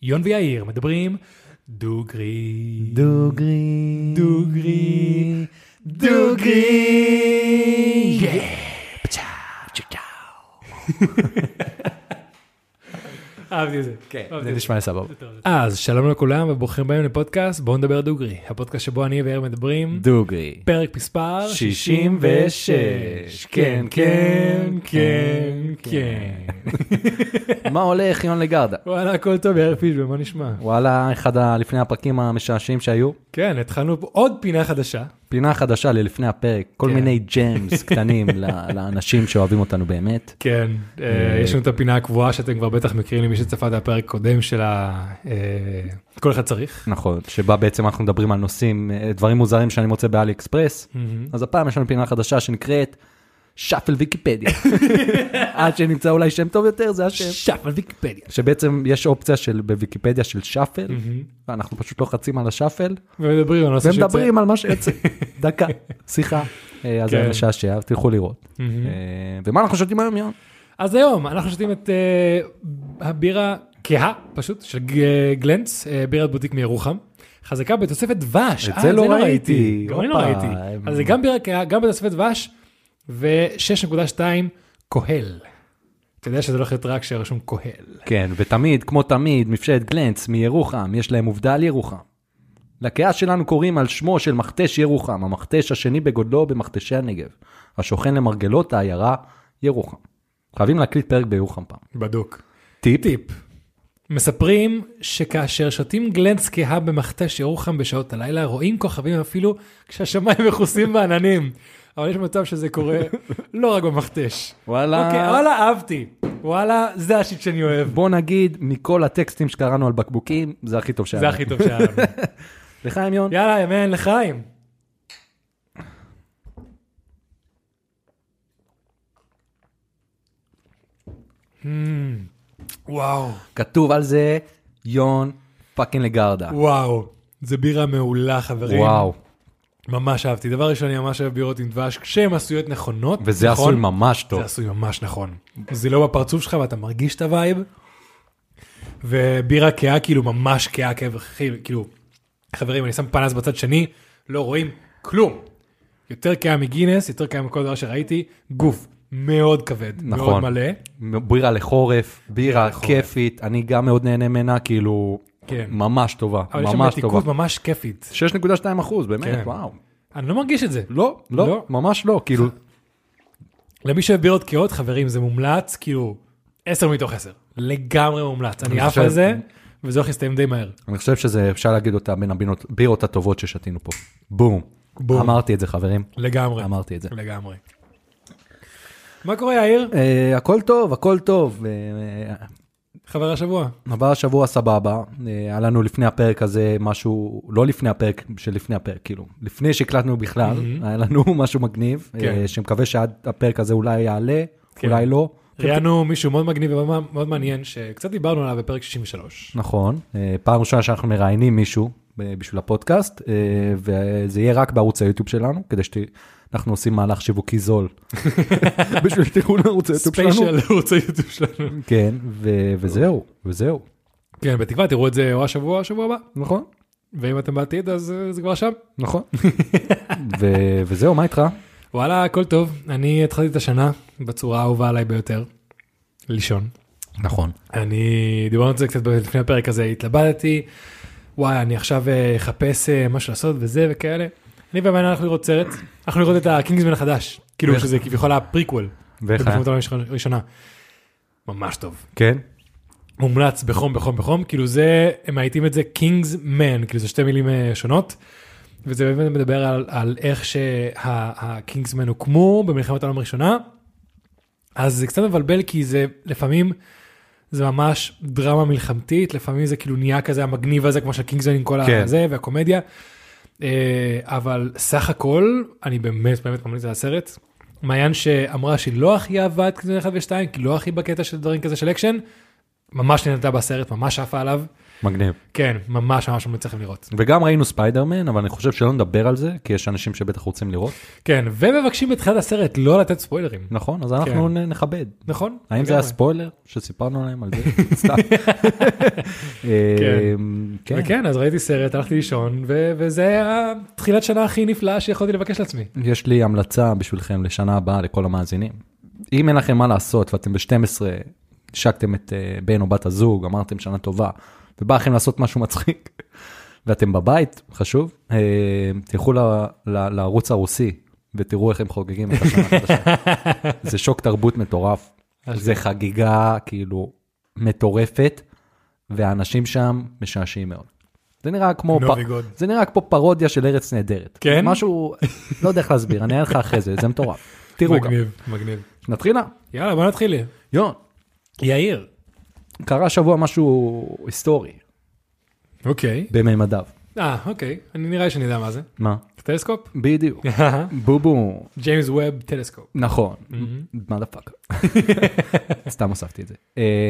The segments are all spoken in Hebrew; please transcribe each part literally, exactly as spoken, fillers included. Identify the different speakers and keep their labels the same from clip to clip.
Speaker 1: יון ויאיר מדברים דוגרי.
Speaker 2: דוגרי.
Speaker 1: דוגרי.
Speaker 2: דוגרי.
Speaker 1: פצ'או. פצ'או. אהבתי את זה.
Speaker 2: כן, זה נשמע סבבה.
Speaker 1: אז שלום לכולם וברוכים באים לפודקאסט בואו נדבר דוגרי. הפודקאסט שבו אני ויאיר מדברים
Speaker 2: דוגרי.
Speaker 1: פרק מספר
Speaker 2: שישים ושש. כן, כן, כן, כן. מה הולך, יון לגרדה?
Speaker 1: וואלה, הכל טוב, יאיר פישבל, מה נשמע?
Speaker 2: וואלה, אחד ה- לפני הפרקים המשעשעים שהיו.
Speaker 1: כן, התחלנו פה עוד פינה חדשה.
Speaker 2: פינה חדשה ללפני הפרק. כל
Speaker 1: כן.
Speaker 2: מיני ג'יימס קטנים ל- לאנשים שאוהבים אותנו באמת.
Speaker 1: כן, אה, יש לנו את הפינה הקבועה שאתם כבר בטח מכירים למי שצפה את הפרק קודם של ה... אה, כל אחד צריך.
Speaker 2: נכון, שבה בעצם אנחנו מדברים על נושאים, אה, דברים מוזרים שאני מוצא באלי אקספרס. אז הפעם יש לנו פינה חדשה שנקראת שפל ויקיפדיה. עד שנמצא אולי שם טוב יותר, זה השם.
Speaker 1: שפל ויקיפדיה.
Speaker 2: שבעצם יש אופציה של בוויקיפדיה של שפל, ואנחנו פשוט לוחצים על השפל,
Speaker 1: ומדברים על נושא שיוצא.
Speaker 2: ומדברים על מה שיוצא. דקה, שיחה. אה, אז
Speaker 1: כן.
Speaker 2: זה משעשע, אז תלכו לראות. אה, ומה אנחנו שותים היום, יון?
Speaker 1: אז היום אנחנו שותים את אה, הבירה כהה, פשוט, של ג- גלנץ, אה, בירת בוטיק מירוחם. חזקה בתוספת דבש.
Speaker 2: את
Speaker 1: אה,
Speaker 2: זה לא ראיתי.
Speaker 1: גם אני לא
Speaker 2: הופה.
Speaker 1: ראיתי. אז זה גם בירה כהה, גם בתוספת דבש, ו-שש נקודה שתיים כהל. אתה יודע שזה לא יכול להיות רק שרשום כהל.
Speaker 2: כן, ותמיד, כמו תמיד, מפשט גלנץ מירוחם, יש להם עובדה על ירוחם. לקהל שלנו קוראים על שמו של מכתש ירוחם, המכתש השני בגודלו במכתשי הנגב, השוכן למרגלות העיירה ירוחם. חייבים להקליט פרק בירוחם פעם.
Speaker 1: בדוק.
Speaker 2: טיפ?
Speaker 1: טיפ. מספרים שכאשר שותים גלנץ כהה במכתש ירוחם בשעות הלילה, רואים כוכבים אפילו כשהשמיים מכוסים בעננים. אבל יש מצב שזה קורה לא רק במכתש.
Speaker 2: וואלה.
Speaker 1: אוקיי, וואלה, אהבתי. וואלה, זה השיט שאני אוהב.
Speaker 2: בוא נגיד, מכל הטקסטים שקראנו על בקבוקים, זה הכי טוב שהיה.
Speaker 1: זה הכי טוב שהיה לנו.
Speaker 2: לחיים, יון.
Speaker 1: יאללה, ימן לחיים. וואו,
Speaker 2: כתוב על זה, יון פאקינג לגרדה.
Speaker 1: וואו. זה בירה מעולה, חברים.
Speaker 2: וואו.
Speaker 1: ממש אהבתי. דבר ראשון, אני ממש אוהב בירות עם דבש, כשהן עשויות נכונות.
Speaker 2: וזה
Speaker 1: נכון?
Speaker 2: עשוי ממש טוב.
Speaker 1: זה עשוי ממש נכון. זה לא בפרצוף שלך ואתה מרגיש את הווייב. ובירה כהה כאילו ממש כהה, כאילו, חברים, אני שם פנס בצד שני, לא רואים כלום. יותר כהה מגינס, יותר כהה מכל דבר שראיתי, גוף מאוד כבד,
Speaker 2: נכון.
Speaker 1: מאוד מלא.
Speaker 2: בירה לחורף, בירה
Speaker 1: לחורף.
Speaker 2: כיפית, אני גם מאוד נהנה ממנה, כאילו,
Speaker 1: כן.
Speaker 2: ממש טובה,
Speaker 1: אבל יש שם
Speaker 2: ממש
Speaker 1: מתיקות
Speaker 2: טובה.
Speaker 1: ממש כיפית.
Speaker 2: שש נקודה שתיים אחוז, באמת,
Speaker 1: כן.
Speaker 2: וואו.
Speaker 1: אני לא מרגיש את זה.
Speaker 2: לא, לא,
Speaker 1: לא.
Speaker 2: ממש לא, כאילו,
Speaker 1: למי שאוהב בירות כהות, חברים, זה מומלץ, כאילו, עשר מתוך עשר. לגמרי מומלץ. אני
Speaker 2: אני
Speaker 1: עף
Speaker 2: חושב-
Speaker 1: על זה, וזה הולך להסתיים די מהר.
Speaker 2: אני חושב שזה, אפשר להגיד אותה בין הבירות הטובות ששתינו פה. בום.
Speaker 1: בום.
Speaker 2: אמרתי את זה, חברים.
Speaker 1: לגמרי.
Speaker 2: אמרתי את זה.
Speaker 1: לגמרי. מה קורה, יאיר?
Speaker 2: אה, הכל טוב, הכל טוב. אה,
Speaker 1: חבר השבוע.
Speaker 2: עבר השבוע סבבה, אה, היה לנו לפני הפרק הזה משהו, לא לפני הפרק שלפני הפרק, כאילו, לפני שהקלטנו בכלל, היה לנו משהו מגניב,
Speaker 1: כן.
Speaker 2: אה, שמקווה שעד הפרק הזה אולי יעלה,
Speaker 1: כן.
Speaker 2: אולי לא.
Speaker 1: ראיינו מישהו מאוד מגניב ומאוד מעניין, שקצת דיברנו עליו בפרק שישים ושלוש.
Speaker 2: נכון, אה, פעם ראשונה שאנחנו מראיינים מישהו ב- בשביל הפודקאסט, אה, וזה יהיה רק בערוץ היוטיוב שלנו, כדי שאנחנו עושים מהלך שיווקי זול, בשביל שתראו לערוץ היוטיוב שלנו.
Speaker 1: ספיישל לערוץ היוטיוב שלנו.
Speaker 2: כן, ו- וזהו, וזהו,
Speaker 1: כן, בתקווה, תראו את זה או השבוע או השבוע הבא.
Speaker 2: נכון,
Speaker 1: ואם אתם בעתיד, אז אה, זה כבר שם.
Speaker 2: נכון. ו- וזהו, מה איתך?
Speaker 1: וואלה, הכל טוב. אני התחלתי את השנה בצורה האהובה עליי ביותר. לישון.
Speaker 2: נכון.
Speaker 1: אני דיברנו על זה קצת לפני הפרק הזה, התלבטתי, וואי, אני עכשיו אה, אחפש אה, משהו לעשות וזה וכאלה. אני ומעניין הלכנו לראות סרט, הלכנו לראות את הקינגסמן החדש, כאילו
Speaker 2: ואיך?
Speaker 1: שזה כביכול הפריקוול.
Speaker 2: ואיך היה?
Speaker 1: במלחמת העולם הראשונה. ממש טוב.
Speaker 2: כן?
Speaker 1: מומלץ בחום, בחום, בחום, כאילו זה, הם מעיטים את זה קינגסמן, כאילו זה שתי מילים אה, שונות, וזה באמת מדבר על, על איך שהקינגסמן הוקמו במלחמת העולם הראשונה, אז זה קצת מבלבל, כי זה לפעמים, זה ממש דרמה מלחמתית, לפעמים זה כאילו נהיה כזה המגניב הזה, כמו שהקינגסמן עם כל
Speaker 2: כן.
Speaker 1: הזה, והקומדיה, אה, אבל סך הכל, אני באמת באמת ממליץ על הסרט, מעיין שאמרה שהיא לא הכי אהבה את קינגסמן אחד ושתיים, כי לא הכי בקטע של דברים כזה של אקשן, ממש נהנתה בסרט, ממש עפה עליו,
Speaker 2: מגניב.
Speaker 1: כן, ממש ממש מצליחים לראות.
Speaker 2: וגם ראינו ספיידרמן, אבל אני חושב שלא נדבר על זה, כי יש אנשים שבטח רוצים לראות.
Speaker 1: כן, ומבקשים בתחילת הסרט לא לתת ספוילרים.
Speaker 2: נכון, אז אנחנו
Speaker 1: כן.
Speaker 2: נכבד.
Speaker 1: נכון.
Speaker 2: האם זה היה ספוילר שסיפרנו עליהם על זה? סתם.
Speaker 1: כן. וכן, אז ראיתי סרט, הלכתי לישון, ו- וזה היה תחילת שנה הכי נפלאה שיכולתי לבקש לעצמי.
Speaker 2: יש לי המלצה בשבילכם לשנה הבאה לכל המאזינים. אם אין לכם מה לעשות ואתם ב-שתים עשרה, השקתם את uh, בן או בת הזוג, אמרתם שנה טובה, ובא לכם לעשות משהו מצחיק, ואתם בבית, חשוב, uh, תלכו ל- ל- לערוץ הרוסי, ותראו איך הם חוגגים את השנה החדשה. זה שוק תרבות מטורף. זה חגיגה כאילו מטורפת, והאנשים שם משעשעים מאוד. זה נראה כמו, פ... זה נראה כמו פרודיה של ארץ נהדרת.
Speaker 1: כן?
Speaker 2: משהו, לא יודע איך להסביר, אני אענה לך אחרי זה, זה מטורף. תראו גם.
Speaker 1: מגניב, מגניב.
Speaker 2: נתחילה.
Speaker 1: יאללה, בוא נתחיל לי.
Speaker 2: יון.
Speaker 1: יאיר.
Speaker 2: קרה שבוע משהו היסטורי.
Speaker 1: אוקיי.
Speaker 2: בממדיו.
Speaker 1: אה, אוקיי. אני נראה שאני יודע מה זה.
Speaker 2: מה?
Speaker 1: טלסקופ?
Speaker 2: בדיוק. בובו.
Speaker 1: ג'יימס ווב טלסקופ.
Speaker 2: נכון. מה דה פאק. סתם הוספתי את זה.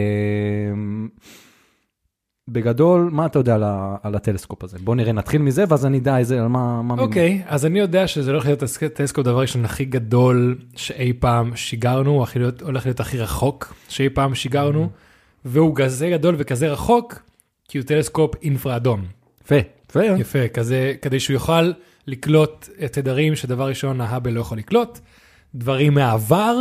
Speaker 2: בגדול, מה אתה יודע על הטלסקופ הזה? בוא נראה, נתחיל מזה, ואז אני אדע איזה, על מה...
Speaker 1: אוקיי, אז אני יודע שזה הולך להיות הטלסקופ דבר ראשון הכי גדול שאי פעם שיגרנו, הולך להיות הכי רחוק שאי פעם שיגרנו, והוא כזה גדול וכזה רחוק, כי הוא טלסקופ אינפרה אדום.
Speaker 2: יפה, יפה.
Speaker 1: יפה, כזה, כדי שהוא יוכל לקלוט את תדרים שדבר ראשון ההאבל לא יכול לקלוט, דברים מהעבר,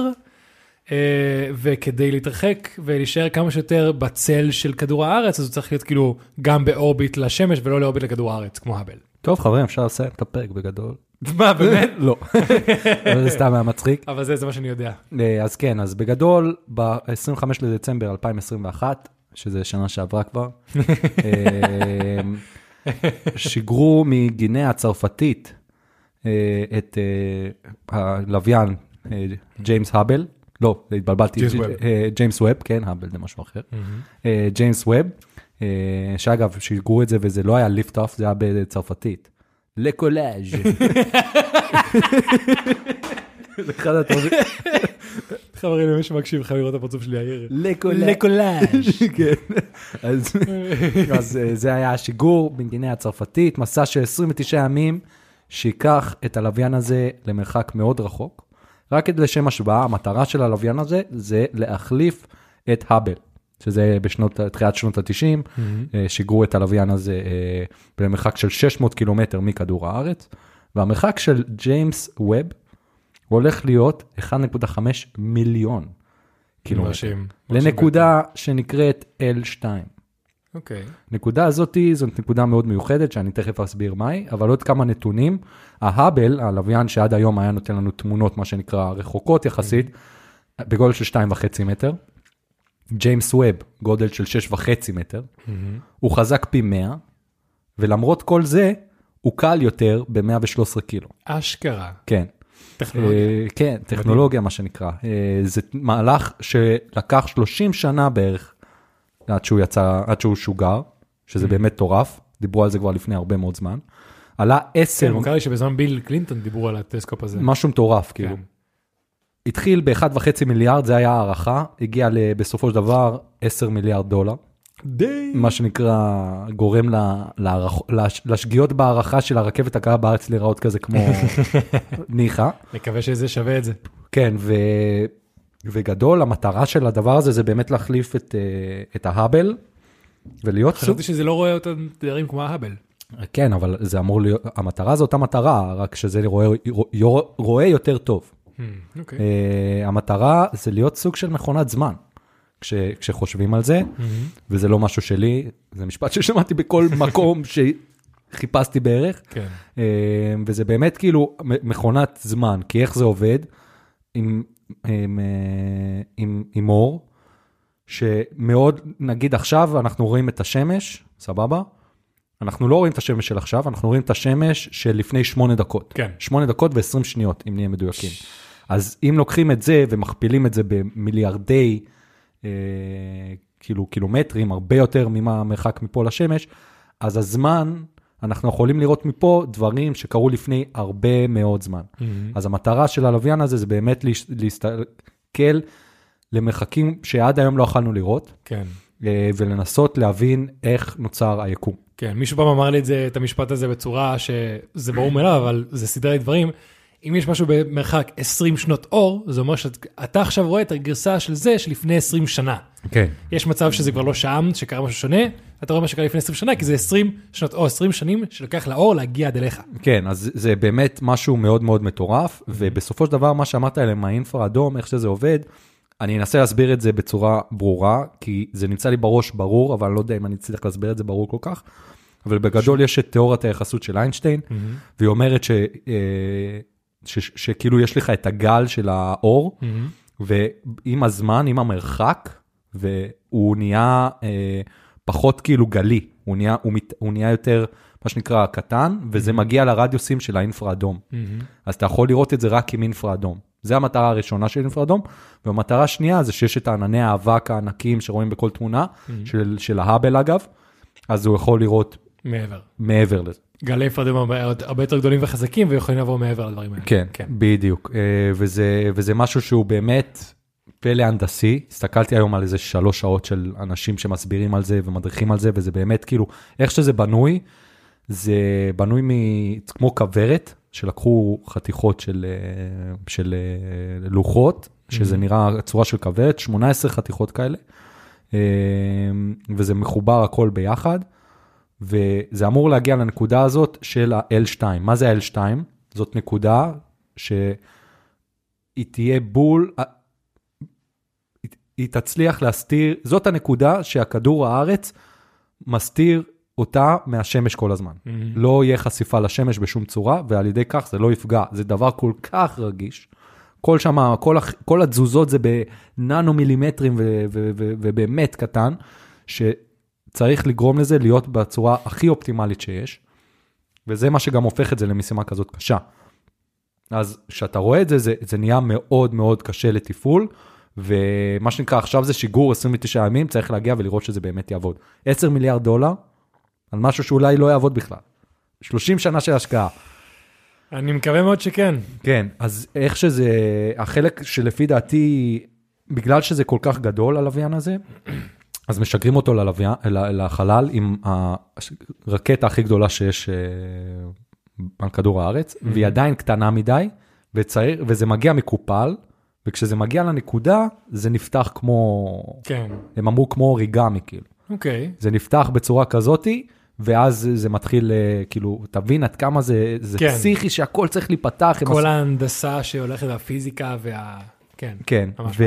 Speaker 1: וכדי להתרחק ולהישאר כמה שיותר בצל של כדור הארץ, אז הוא צריך להיות כאילו גם באורביט לשמש ולא לאורביט לכדור הארץ, כמו האבל.
Speaker 2: טוב חברים, אפשר לסיים את הפרק בגדול.
Speaker 1: מה, באמת?
Speaker 2: לא. אבל זה סתם היה מצחיק.
Speaker 1: אבל זה, זה מה שאני יודע.
Speaker 2: אז כן, אז בגדול, ב-עשרים וחמישה לדצמבר אלפיים עשרים ואחת, שזה שנה שעברה כבר, שיגרו מגינאה הצרפתית את הלוויין ג'יימס האבל, לא, התבלבלתי, ג'יימס ווב, כן, האבל זה משהו אחר, ג'יימס ווב, שאגב, שיגרו את זה וזה לא היה ליפט אוף, זה היה בצרפתית. לקולאז'. זה אחד הטובים.
Speaker 1: חברים, למי שמקשיב, חייב לראות את הפרצוף שלי העיר.
Speaker 2: לקולאז'. אז זה היה השיגור בגינאה הצרפתית, מסע של עשרים ותשעה ימים, שיקח את הלוויין הזה למרחק מאוד רחוק. רק כדי לשם השוואה, המטרה של הלוויין הזה, זה להחליף את האבל. שזה בשנות, תחילת שנות ה-תשעים, mm-hmm. שיגרו את הלוויין הזה במרחק של שש מאות קילומטר מכדור הארץ, והמרחק של ג'יימס ווב הולך להיות אחד נקודה חמש מיליון קילומטר. מרשים, לנקודה מרשים שנקראת אל שתיים.
Speaker 1: אוקיי. Okay.
Speaker 2: נקודה הזאת, זאת נקודה מאוד מיוחדת, שאני תכף אסביר מהי, אבל עוד כמה נתונים. ההאבל, הלוויין שעד היום היה נותן לנו תמונות, מה שנקרא רחוקות יחסית, mm-hmm. בגודל של שתיים וחצי מטר. ג'יימס ווב, גודל של שש וחצי מטר, mm-hmm. הוא חזק פי מאה, ולמרות כל זה, הוא קל יותר ב-מאה ושלוש עשרה קילו.
Speaker 1: אשכרה.
Speaker 2: כן.
Speaker 1: טכנולוגיה.
Speaker 2: Uh, כן, טכנולוגיה, מה שנקרא. Uh, זה מהלך שלקח שלושים שנה בערך, עד שהוא יצא, עד שהוא שוגר, שזה mm-hmm. באמת טורף, דיברו על זה כבר לפני הרבה מאוד זמן. עלה עשר...
Speaker 1: כן, מוכר לי שבזמן ביל קלינטון דיברו על הטלסקופ הזה.
Speaker 2: משהו מטורף, כאילו.
Speaker 1: כן.
Speaker 2: התחיל ב-אחד וחצי מיליארד, זה היה הערכה, הגיע בסופו של דבר עשר מיליארד דולר.
Speaker 1: די.
Speaker 2: מה שנקרא, גורם לשגיאות בהערכה של הרכבת הקלה בארץ לראות כזה כמו ניחה.
Speaker 1: מקווה שזה שווה את זה.
Speaker 2: כן, ו... וגדול, המטרה של הדבר הזה זה באמת להחליף את, את ההאבל, ולהיות...
Speaker 1: חשבתי שזה לא רואה אותם תדרים כמו ההאבל.
Speaker 2: כן, אבל זה אמור להיות, המטרה זו אותה מטרה, רק שזה רואה, רואה יותר טוב.
Speaker 1: Hmm, okay.
Speaker 2: uh, המטרה זה להיות סוג של מכונת זמן, כש, כשחושבים על זה, mm-hmm. וזה לא משהו שלי, זה משפט ששמעתי בכל מקום שחיפשתי בערך,
Speaker 1: כן.
Speaker 2: uh, וזה באמת כאילו מכונת זמן, כי איך זה עובד, עם, עם, uh, עם, עם אור, שמאוד, נגיד עכשיו אנחנו רואים את השמש, סבבה? אנחנו לא רואים את השמש של עכשיו, אנחנו רואים את השמש של לפני שמונה דקות.
Speaker 1: כן.
Speaker 2: שמונה דקות ועשרים שניות, אם נהיה מדויקים. אז אם לוקחים את זה ומכפילים את זה במיליארדי אה, כאילו, קילומטרים, הרבה יותר ממה המרחק מפה לשמש, אז הזמן, אנחנו יכולים לראות מפה דברים שקרו לפני הרבה מאוד זמן. Mm-hmm. אז המטרה של הלוויין הזה זה באמת להסתכל למרחקים שעד היום לא יכולנו לראות.
Speaker 1: כן.
Speaker 2: ולנסות להבין איך נוצר היקום.
Speaker 1: כן, מישהו פעם אמר לי את זה, את המשפט הזה בצורה שזה ברור מאליו, אבל זה סדרי דברים. אם יש משהו במרחק עשרים שנות אור, זה אומר שאתה עכשיו רואה את הגרסה של זה שלפני עשרים שנה.
Speaker 2: כן.
Speaker 1: יש מצב שזה כבר לא שם, שקרה משהו שונה, אתה רואה מה שקרה לפני עשרים שנה, כי זה עשרים שנות אור, עשרים שנים שלוקח לאור להגיע עד אליך.
Speaker 2: כן, אז זה באמת משהו מאוד מאוד מטורף, ובסופו של דבר מה שאמרת עליהם, האינפרה אדום, איך שזה עובד, אני אנסה להסביר את זה בצורה ברורה, כי זה נמצא לי בראש ברור, אבל אני לא יודע אם אני צריך להסביר את זה ברור כל כך, אבל בגדול יש את תיאוריית היחסות של איינשטיין, והיא אומרת ש... שכאילו יש לך את הגל של האור, ועם הזמן, עם המרחק, והוא נהיה פחות כאילו גלי, הוא נהיה, הוא, הוא נהיה יותר, מה שנקרא, קטן, וזה מגיע לרדיוסים של האינפרה אדום. אז אתה יכול לראות את זה רק עם אינפרה אדום. זה המטרה הראשונה של אינפרה אדום, והמטרה השנייה זה שיש את הענני האבק הענקים שרואים בכל תמונה, של, של ההאבל אגב, אז הוא יכול לראות
Speaker 1: מעבר.
Speaker 2: מעבר לזה.
Speaker 1: גלי אינפרה אדום הרבה יותר גדולים וחזקים, ויכולים לעבור מעבר לדברים האלה.
Speaker 2: כן, כן. בדיוק. וזה, וזה משהו שהוא באמת פלא הנדסי. הסתכלתי היום על איזה שלוש שעות של אנשים שמסבירים על זה ומדריכים על זה, וזה באמת כאילו, איך שזה בנוי, זה בנוי מ... כמו כוורת, שלקחו חתיכות של, של לוחות, שזה נראה צורה של כוורת, שמונה עשרה חתיכות כאלה, וזה מחובר הכל ביחד, וזה אמור להגיע לנקודה הזאת של ה-אל שתיים. מה זה ה-אל שתיים? זאת נקודה שהיא תהיה בול, היא תצליח להסתיר, זאת הנקודה שהכדור הארץ מסתיר אותה מהשמש כל הזמן. Mm-hmm. לא יהיה חשיפה לשמש בשום צורה, ועל ידי כך זה לא יפגע. זה דבר כל כך רגיש. כל שמה, כל, כל התזוזות זה בננו מילימטרים ו- ו- ו- ובאמת קטן, שצריך לגרום לזה להיות בצורה הכי אופטימלית שיש, וזה מה שגם הופך את זה למשימה כזאת קשה. אז כשאתה רואה את זה, זה, זה נהיה מאוד מאוד קשה לתפעול, ומה שנקרא עכשיו זה שיגור עשרים ותשעה ימים, צריך להגיע ולראות שזה באמת יעבוד. עשרה מיליארד דולר, על משהו שאולי לא יעבוד בכלל. שלושים שנה של השקעה.
Speaker 1: אני מקווה מאוד שכן.
Speaker 2: כן, אז איך שזה, החלק שלפי דעתי, בגלל שזה כל כך גדול הלוויין הזה, אז משגרים אותו ללוויין, לחלל עם הרקטה הכי גדולה שיש על כדור הארץ, והיא עדיין קטנה מדי, וצעיר, וזה מגיע מקופל, וכשזה מגיע לנקודה, זה נפתח כמו,
Speaker 1: כן.
Speaker 2: הם אמרו כמו אוריגמי, כאילו.
Speaker 1: אוקיי.
Speaker 2: זה נפתח בצורה כזאתי, ואז זה מתחיל, כאילו, תבין עד כמה זה, זה כן. פסיכי שהכל צריך להיפתח.
Speaker 1: כל ההנדסה שהולכת והפיזיקה וה... כן.
Speaker 2: כן. ו...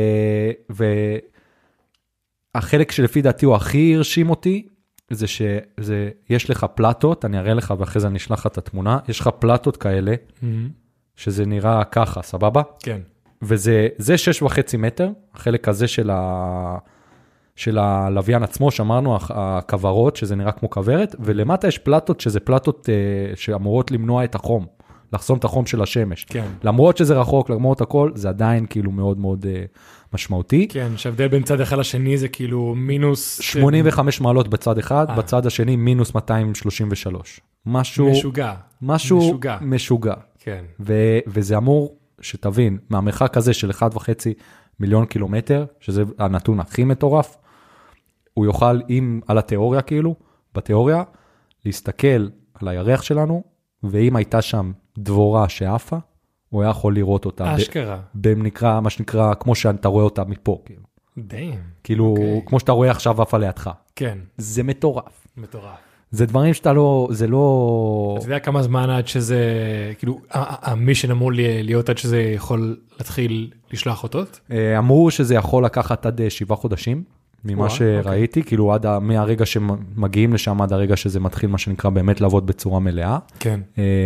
Speaker 2: והחלק שלפי דעתי הוא הכי הרשים אותי, זה שיש לך פלטות, אני אראה לך ואחרי זה אני אשלח לך את התמונה, יש לך פלטות כאלה, mm-hmm. שזה נראה ככה, סבבה?
Speaker 1: כן.
Speaker 2: וזה זה שש וחצי מטר, החלק הזה של, ה, של הלוויין עצמו, שאמרנו, הכוורות, שזה נראה כמו כוורת, ולמטה יש פלטות, שזה פלטות uh, שאמורות למנוע את החום, לחסום את החום של השמש. כן. למרות שזה רחוק, למרות הכל, זה עדיין כאילו מאוד מאוד uh, משמעותי.
Speaker 1: כן, שהבדל בין צד אחד לשני זה כאילו מינוס...
Speaker 2: שמונים וחמש מעלות בצד אחד, 아. בצד השני מינוס מאתיים שלושים ושלוש. משהו...
Speaker 1: משוגע.
Speaker 2: משהו משוגע. משוגע.
Speaker 1: כן.
Speaker 2: ו- וזה אמור... שתבין, מהמרחק הזה של אחד וחצי מיליון קילומטר, שזה הנתון הכי מטורף, הוא יוכל, אם על התיאוריה כאילו, בתיאוריה, להסתכל על הירח שלנו, ואם הייתה שם דבורה שאפה, הוא היה יכול לראות אותה.
Speaker 1: אשכרה.
Speaker 2: במקרה, מה שנקרא, כמו שאתה רואה אותה מפה, כאילו.
Speaker 1: דיים.
Speaker 2: כאילו, okay. כמו שאתה רואה עכשיו אפה לידך.
Speaker 1: כן.
Speaker 2: זה מטורף.
Speaker 1: מטורף.
Speaker 2: זה דברים שאתה לא, זה לא...
Speaker 1: אתה יודע כמה זמן עד שזה, כאילו, המישן אמור להיות עד שזה יכול להתחיל לשלוח אותות?
Speaker 2: אמרו שזה יכול לקחת עד שבעה חודשים, ממה שראיתי, כאילו עד מהרגע שמגיעים לשם, עד הרגע שזה מתחיל, מה שנקרא, באמת לעבוד בצורה מלאה.
Speaker 1: כן.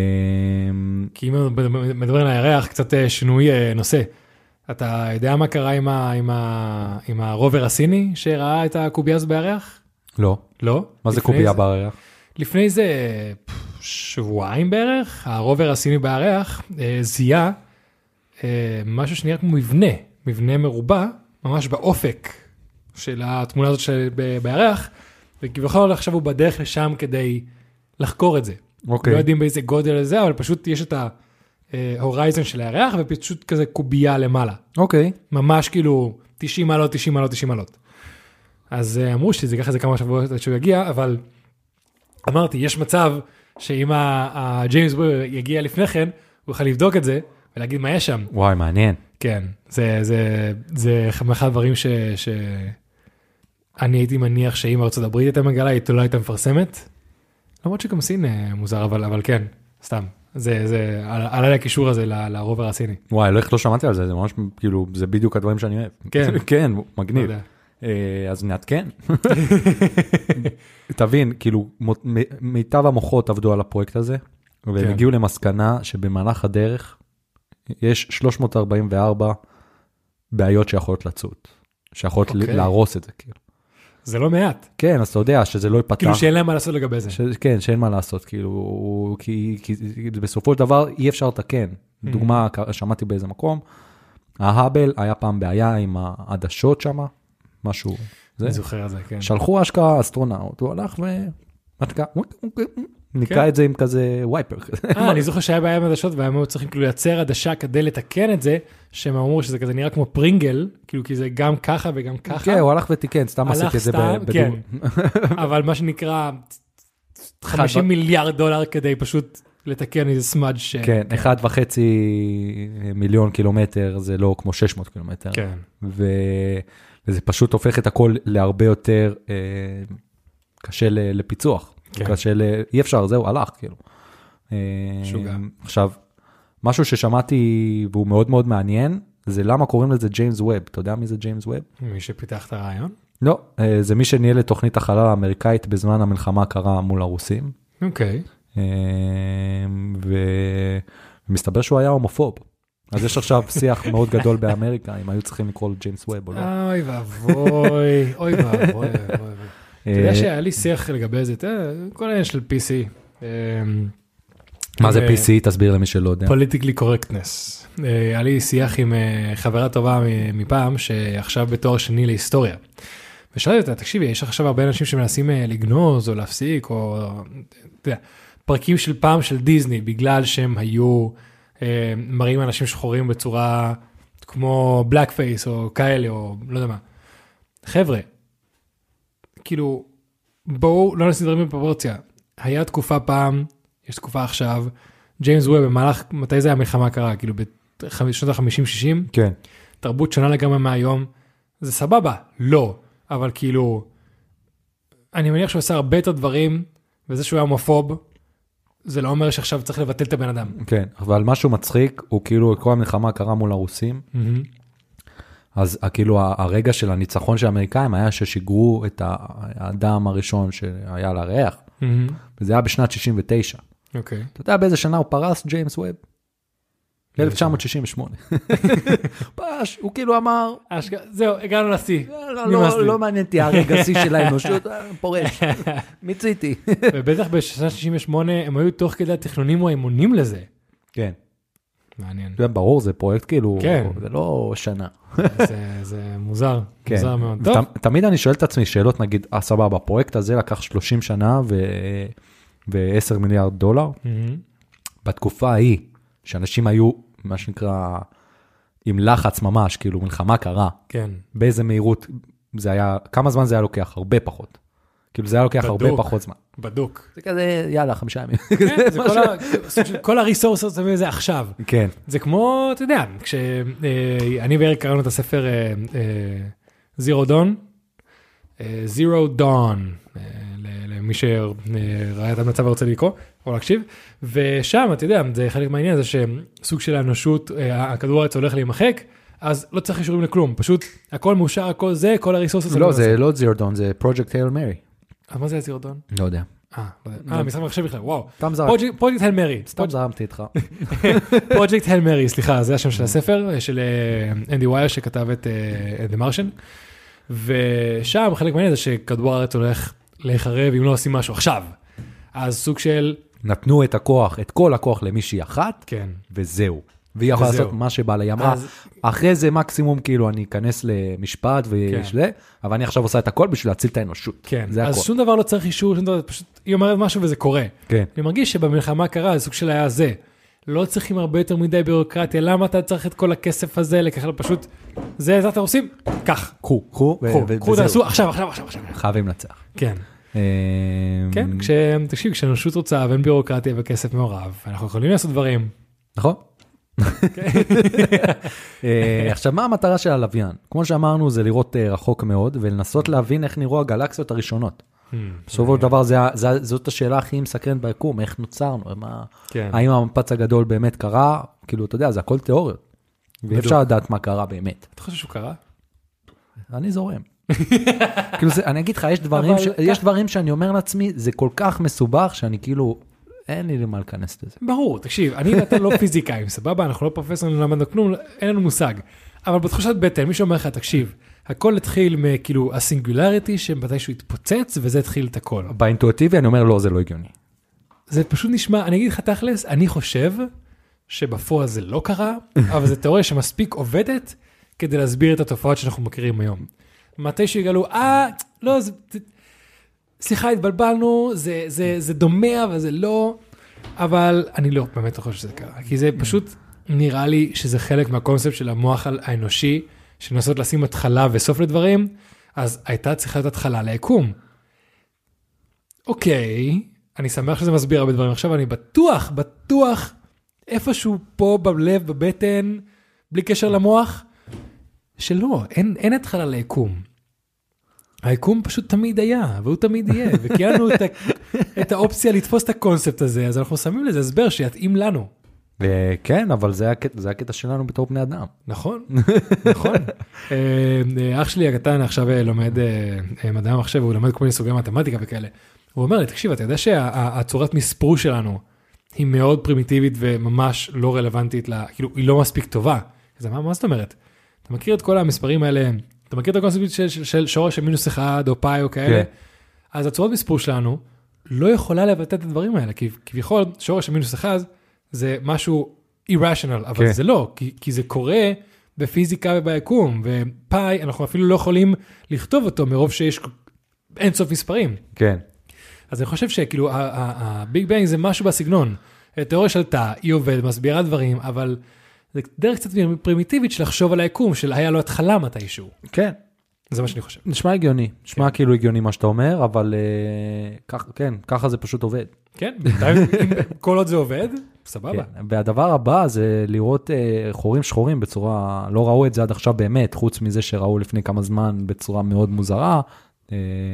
Speaker 1: כי אם מדברים על הירח, קצת שינוי נושא. אתה יודע מה קרה עם, ה, עם, ה, עם הרובר הסיני שראה את הקובייה הזו בירח?
Speaker 2: לא.
Speaker 1: לא?
Speaker 2: מה זה קובייה בירח?
Speaker 1: לפני זה שבועיים בערך, הרובר הסיני בירח זיהה משהו שנראה כמו מבנה, מבנה מרובע, ממש באופק של התמונה הזאת של בירח, וכביכול עכשיו הוא בדרך לשם כדי לחקור את זה.
Speaker 2: אוקיי.
Speaker 1: לא יודעים באיזה גודל זה, אבל פשוט יש את ההורייזן של הירח, ופשוט כזה קובייה למעלה.
Speaker 2: אוקיי.
Speaker 1: ממש כאילו תשעים מעלות, תשעים מעלות, תשעים מעלות. אז אמרו שזה ייקח איזה כמה שבועות עד שהוא יגיע, אבל אמרתי, יש מצב שאם הג'יימס ווב יגיע לפני כן, הוא יוכל לבדוק את זה, ולהגיד מה יש שם.
Speaker 2: וואי, מעניין.
Speaker 1: כן, זה, זה, זה אחד הדברים ש, ש... אני הייתי מניח שאם ארצות הברית הייתה מגלה, היא לא הייתה מפרסמת. למרות שגם סין מוזר, אבל, אבל כן, סתם. זה, זה, עלה לי הקישור הזה לרובר הסיני.
Speaker 2: וואי, לא, לא שמעתי על זה, זה ממש, כאילו, זה בדיוק הדברים שאני אוהב.
Speaker 1: כן.
Speaker 2: כן, מגניב. אז נעדכן. תבין, כאילו, מיטב המוחות עבדו על הפרויקט הזה, והם הגיעו למסקנה שבמהלך הדרך, יש שלוש מאות ארבעים וארבע בעיות שיכולות לצות, שיכולות להרוס את זה, כאילו.
Speaker 1: זה לא מעט.
Speaker 2: כן, אז אתה יודע שזה לא ייפתח.
Speaker 1: כאילו שאין להם מה לעשות לגבי זה.
Speaker 2: ש... כן, שאין מה לעשות, כאילו, כי, כי בסופו של דבר אי אפשר לתקן. Mm-hmm. דוגמה, שמעתי באיזה מקום, ההאבל היה פעם בעיה עם העדשות שם, משהו. זה.
Speaker 1: אני זוכר את זה, כן.
Speaker 2: שלחו השקעה אסטרונאוט, הוא הלך ומתקע, ניקה את זה עם כזה וייפר.
Speaker 1: אה, אני זוכר שהיה בעיה עם עדשות, והם היו צריכים כאילו לייצר עדשה כדי לתקן את זה, שהם אמרו שזה כזה נראה כמו פרינגל, כאילו כי זה גם ככה וגם ככה.
Speaker 2: כן, הוא הלך ותיקן, סתם עשיתי את זה בדור.
Speaker 1: אבל מה שנקרא חמישים מיליארד דולר כדי פשוט לתקן איזה סמאג' ש...
Speaker 2: כן, אחד וחצי מיליון קילומטר, זה לא כמו שש מאות קילומטר.
Speaker 1: כן.
Speaker 2: וזה פשוט הופך את הכל להרבה יותר קשה לפיצוח. קשה ל... אי אפשר, זהו, הלך, כאילו.
Speaker 1: שוגע.
Speaker 2: עכשיו, משהו ששמעתי והוא מאוד מאוד מעניין, זה למה קוראים לזה ג'יימס ווב. אתה יודע מי זה ג'יימס ווב?
Speaker 1: מי שפיתח את הרעיון?
Speaker 2: לא, זה מי שניהל את תוכנית החלל האמריקאית בזמן המלחמה הקרה מול הרוסים.
Speaker 1: אוקיי.
Speaker 2: ומסתבר שהוא היה הומופוב. אז יש עכשיו שיח מאוד גדול באמריקה, אם היו צריכים לקרוא לו ג'יימס ווב או לא.
Speaker 1: אוי ואבוי, אוי ואבוי, אוי. אתה יודע שהיה לי שיח לגבי זה, כל העניין של פי סי.
Speaker 2: מה זה פי סי? תסביר למי שלא יודע.
Speaker 1: Politically correctness. היה לי שיח עם חברה טובה מפעם, שעכשיו בתואר שני להיסטוריה. ושאלתי אותה, תקשיבי, יש עכשיו הרבה אנשים שמנסים לגנוז או להפסיק, או אתה יודע, פרקים של פעם של דיזני, בגלל שהם היו מראים אנשים שחורים בצורה כמו בלק פייס או כאלה, או לא יודע מה. חבר'ה, כאילו, בואו לא נשים דברים בפרופורציה. היה תקופה פעם, יש תקופה עכשיו, ג'יימס ווב במהלך, מתי זה היה מלחמה קרה? כאילו, בשנות ה-חמישים שישים?
Speaker 2: כן.
Speaker 1: תרבות שונה לגמרי מהיום. זה סבבה? לא. אבל כאילו, אני מניח שהוא עושה הרבה יותר דברים, וזה שהוא היה הומופוב, זה לא אומר שעכשיו צריך לבטל את הבן אדם. כן,
Speaker 2: אבל משהו מצחיק, הוא כאילו, כל המלחמה קרה מול הרוסים, אז כאילו הרגע של הניצחון של האמריקאים היה ששיגרו את האדם הראשון שהיה על הירח, וזה היה בשנת שישים ותשע.
Speaker 1: אוקיי.
Speaker 2: אתה יודע באיזה שנה הוא פרס ג'יימס ווב? ב-אלף תשע מאות שישים ושמונה. פרש, הוא כאילו אמר...
Speaker 1: זהו, הגענו לשיא.
Speaker 2: לא מעניין אותי הרגע שיא של האנושות, פורש. מיציתי.
Speaker 1: ובטח בשנת שישים ושמונה הם היו תוך כדי התכנונים או האמונים לזה.
Speaker 2: כן.
Speaker 1: מעניין.
Speaker 2: ברור, זה פרויקט כאילו, זה לא שנה.
Speaker 1: זה מוזר, מוזר מאוד.
Speaker 2: תמיד אני שואל את עצמי שאלות, נגיד, אה סבבה, הפרויקט הזה לקח שלושים שנה ו-עשרה מיליארד דולר. בתקופה ההיא, שאנשים היו, מה שנקרא, עם לחץ ממש, כאילו מלחמה קרה.
Speaker 1: כן. באיזה
Speaker 2: מהירות, זה היה, כמה זמן זה היה לוקח? הרבה פחות. כאילו זה היה לוקח הרבה פחות זמן.
Speaker 1: בדוק.
Speaker 2: זה כזה, יאללה, חמישה ימים.
Speaker 1: כן, זה כל הריסורסות זה עכשיו.
Speaker 2: כן.
Speaker 1: זה כמו, אתה יודע, כשאני ואריק קראנו את הספר Zero Dawn, Zero Dawn, למי שראה את המצב ורוצה לקרוא, או להקשיב, ושם, אתה יודע, זה חלק מהעניין, זה שסוג של האנושות, הכדור הארץ הולך להימחק, אז לא צריך אישורים לכלום, פשוט הכל מאושר, הכל זה, כל הריסורסות.
Speaker 2: לא, זה לא Zero Dawn, זה Project Hail Mary.
Speaker 1: אז מה זה Zero Dawn?
Speaker 2: לא יודע.
Speaker 1: אה, לא יודע. אה, משחק מחשב בכלל, וואו.
Speaker 2: פרויקט
Speaker 1: Hail Mary.
Speaker 2: סתם זרמתי איתך.
Speaker 1: Project Hail Mary, סליחה, זה השם של הספר, של אנדי ווייר, שכתב את The Martian, ושם חלק מהעניין זה שכדור הארץ הולך להיחרב אם לא עושים משהו עכשיו. אז סוג של...
Speaker 2: נתנו את הכוח, את כל הכוח למישהי אחת,
Speaker 1: כן.
Speaker 2: וזהו. והיא יכולה לעשות מה שבא לה. היא אמרה, אחרי זה מקסימום כאילו אני אכנס למשפט ויש זה, אבל אני עכשיו עושה את הכל בשביל להציל את האנושות.
Speaker 1: כן, אז שום דבר לא צריך אישור, פשוט היא אומרת משהו וזה קורה.
Speaker 2: כן.
Speaker 1: אני מרגיש שבמלחמה קרה, זה סוג של היה זה. לא צריכים הרבה יותר מדי בירוקרטיה, למה אתה צריך את כל הכסף הזה, לקחת פשוט, זה, זה אתם עושים? קח.
Speaker 2: קחו, קחו,
Speaker 1: קחו, קחו, תעשו, עכשיו, עכשיו, עכשיו, עכשיו.
Speaker 2: חייבים לנצח.
Speaker 1: כן. כן, תקשיב, כשאנושות רוצה ואין בירוקרטיה וכסף מעורב, אנחנו יכולים לעשות דברים.
Speaker 2: נכון? עכשיו, מה המטרה של הלוויין? כמו שאמרנו, זה לראות רחוק מאוד, ולנסות להבין איך נראו הגלקסיות הראשונות. בסופו של דבר, זאת השאלה הכי מסקרנת ביקום, איך נוצרנו, האם המפץ הגדול באמת קרה, כאילו, אתה יודע, זה הכל תיאוריות, ואפשר לדעת מה קרה באמת.
Speaker 1: אתה חושב שהוא קרה?
Speaker 2: אני זורם. כאילו, אני אגיד לך, יש דברים שאני אומר לעצמי, זה כל כך מסובך, שאני כאילו, אין לי למה לכנס את זה.
Speaker 1: ברור, תקשיב, אני ואתה לא פיזיקאים, סבבה, אנחנו לא פרופסורים, לא למדנו כלום, אין לנו מושג. אבל בתחושת בטן, מישהו אומר לך, תקשיב, הכל התחיל מכאילו הסינגולריטי, שמתישהו התפוצץ, וזה התחיל את הכל.
Speaker 2: באינטואיטיבי אני אומר, לא, זה לא הגיוני.
Speaker 1: זה פשוט נשמע, אני אגיד לך תכלס, אני חושב שבפועל זה לא קרה, אבל זה תיאוריה שמספיק עובדת, כדי להסביר את התופעות שאנחנו מכירים היום. מתישהו יגלו, אה, לא, זה... סליחה, התבלבלנו, זה, זה, זה דומה, אבל זה לא, אבל אני לא באמת חושב שזה קרה, כי זה פשוט נראה לי שזה חלק מהקונספט של המוח האנושי, שנסות לשים התחלה וסוף לדברים, אז הייתה צריכה להיות התחלה ליקום. אוקיי, אני שמח שזה מסביר הרבה דברים, עכשיו אני בטוח, בטוח, איפשהו פה בלב, בבטן, בלי קשר למוח, שלא, אין, אין התחלה ליקום. היקום פשוט תמיד היה, והוא תמיד יהיה, וקיימנו את, את האופציה לתפוס את הקונספט הזה, אז אנחנו שמים לזה הסבר שיתאים לנו.
Speaker 2: כן, אבל זה הקטע, זה הקטע שלנו בתור בני אדם. נכון,
Speaker 1: נכון. אח שלי הקטן עכשיו לומד מדעי המחשב, הוא לומד כל מיני סוגי מתמטיקה וכאלה. הוא אומר לי, תקשיב, אתה יודע שהצורת מספרו שלנו היא מאוד פרימיטיבית וממש לא רלוונטית, לה, כאילו היא לא מספיק טובה. אז מה, מה זאת אומרת? אתה מכיר את כל המספרים האלה, אתה מכיר את הקונספט של, של, של שורש של מינוס אחד או פאי או כאלה? כן. אז הצורת מספור שלנו לא יכולה לבטא את הדברים האלה, כי כביכול שורש של מינוס אחד זה משהו irrational, אבל כן. זה לא, כי, כי זה קורה בפיזיקה וביקום, ופאי אנחנו אפילו לא יכולים לכתוב אותו מרוב שיש אין סוף מספרים.
Speaker 2: כן.
Speaker 1: אז אני חושב שכאילו הביג בנג זה משהו בסגנון, תיאוריה של תא, היא עובד, מסבירה דברים, אבל זה דרך קצת פרימיטיבית של לחשוב על היקום, של היה לו התחלה מתישהו.
Speaker 2: כן.
Speaker 1: זה מה שאני חושב.
Speaker 2: נשמע הגיוני, נשמע כן. כאילו הגיוני מה שאתה אומר, אבל uh, כך, כן, ככה זה פשוט עובד.
Speaker 1: כן, כל עוד זה עובד, סבבה.
Speaker 2: כן. והדבר הבא זה לראות uh, חורים שחורים בצורה, לא ראו את זה עד עכשיו באמת, חוץ מזה שראו לפני כמה זמן בצורה מאוד מוזרה. Uh,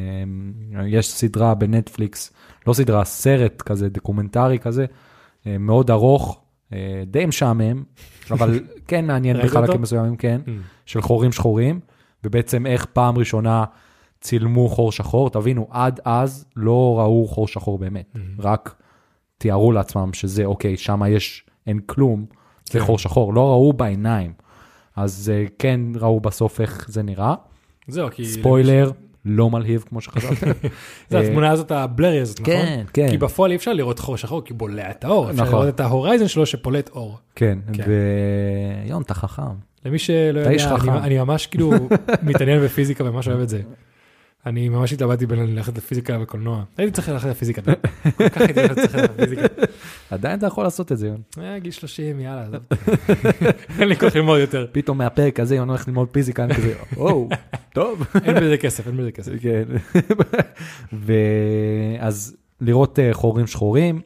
Speaker 2: יש סדרה בנטפליקס, לא סדרה, סרט כזה, דוקומנטרי כזה, uh, מאוד ארוך, די משעמם, אבל כן מעניין בחלקים מסוימים, כן, של חורים שחורים, ובעצם איך פעם ראשונה צילמו חור שחור, תבינו, עד אז לא ראו חור שחור באמת, רק תיארו לעצמם שזה, אוקיי, שם יש, אין כלום, זה חור שחור, לא ראו בעיניים, אז כן ראו בסוף איך זה נראה, ספוילר, לא מלהיב כמו שחשבתם.
Speaker 1: זה התמונה הזאת הבלרי הזאת, נכון?
Speaker 2: כן, כן.
Speaker 1: כי בפועל אי אפשר לראות חור שחור, כי בולע את האור. אפשר לראות את ההורייזן שלו שפולט אור.
Speaker 2: כן, ויון, אתה חכם.
Speaker 1: למי שלא יודע, אני ממש כאילו מתעניין בפיזיקה וממש אוהב את זה. אני ממש התלבטתי בין ללכת לפיזיקה וקולנוע. הייתי צריך ללכת לפיזיקה. כל כך הייתי צריך ללכת לפיזיקה.
Speaker 2: עדיין אתה יכול לעשות את זה, יון.
Speaker 1: גיל שלושים, יאללה. אין לי כוח ללמוד יותר.
Speaker 2: פתאום מהפרק הזה, יון הולך ללמוד פיזיקה, אני כזה, או, טוב.
Speaker 1: אין בזה כסף, אין בזה כסף.
Speaker 2: כן. ואז לראות חורים שחורים,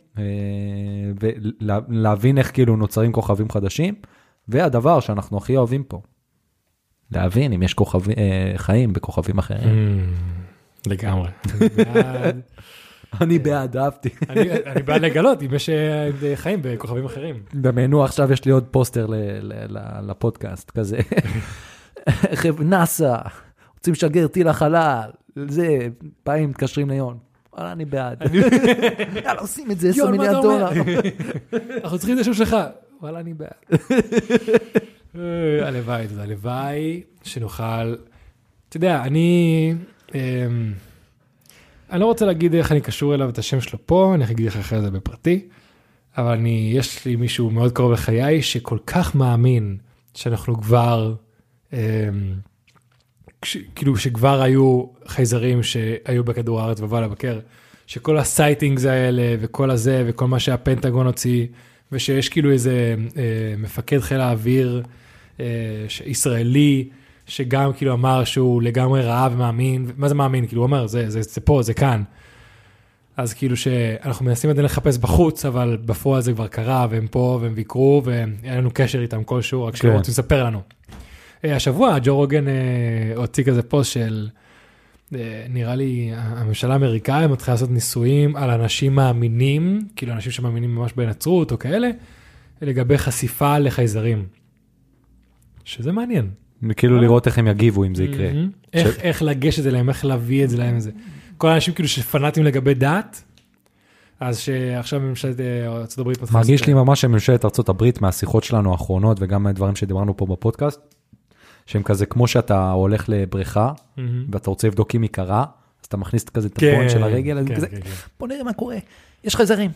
Speaker 2: ולהבין איך כאילו נוצרים כוכבים חדשים, והדבר שאנחנו הכי אוהבים פה, להבין אם יש כוכבים, חיים בכוכבים אחרים.
Speaker 1: לגמרי.
Speaker 2: אני בעד, אהבתי.
Speaker 1: אני בעד לגלות אם יש חיים בכוכבים אחרים.
Speaker 2: דמיינו, עכשיו יש לי עוד פוסטר לפודקאסט כזה. נאסא, רוצים לשגר טיל לחלל, זה, פעמים מתקשרים ליון. וואלה, אני בעד. יאללה, עושים את זה, עשר מיליארד דולר.
Speaker 1: אנחנו צריכים את השם שלך. וואלה, אני בעד. הלוואי, תודה, הלוואי שנוכל, אתה יודע, אני, אני לא רוצה להגיד איך אני קשור אליו את השם שלו פה, אני אגיד לך אחרי זה בפרטי, אבל אני, יש לי מישהו מאוד קרוב לחיי, שכל כך מאמין שאנחנו כבר, כאילו שכבר היו חייזרים שהיו בכדור הארץ ובא לבקר, שכל הסייטינגס האלה וכל הזה וכל מה שהפנטגון הוציא, ושיש כאילו איזה אה, מפקד חיל האוויר אה, ישראלי, שגם כאילו אמר שהוא לגמרי ראה ומאמין, מה זה מאמין? כאילו הוא אומר, זה, זה, זה פה, זה כאן. אז כאילו שאנחנו מנסים עדיין לחפש בחוץ, אבל בפועל זה כבר קרה, והם פה, והם ביקרו, ואין לנו קשר איתם כלשהו, רק שלא רוצים לספר לנו. השבוע, ג'ו רוגן הוציא כזה פוסט של, נראה לי, הממשלה האמריקאית מתחילה לעשות ניסויים על אנשים מאמינים, כאילו אנשים שמאמינים ממש בנצרות או כאלה, לגבי חשיפה לחייזרים. שזה מעניין.
Speaker 2: כאילו לראות איך הם יגיבו אם זה יקרה.
Speaker 1: איך לגשת אליהם, איך להביא את זה להם איזה. כל האנשים כאילו שפנאטים לגבי דת, אז שעכשיו ממשלת ארצות הברית מתחילה...
Speaker 2: מרגיש לי ממש שממשלת ארצות הברית מהשיחות שלנו האחרונות, וגם מהדברים שדיברנו פה בפודקאסט, שהם כזה כמו שאתה הולך לבריכה, ואתה רוצה לבדוק אם היא קרה, אז אתה מכניס כזה את הפון של הרגל, אז כזה, בוא נראה מה קורה, יש חייזרים.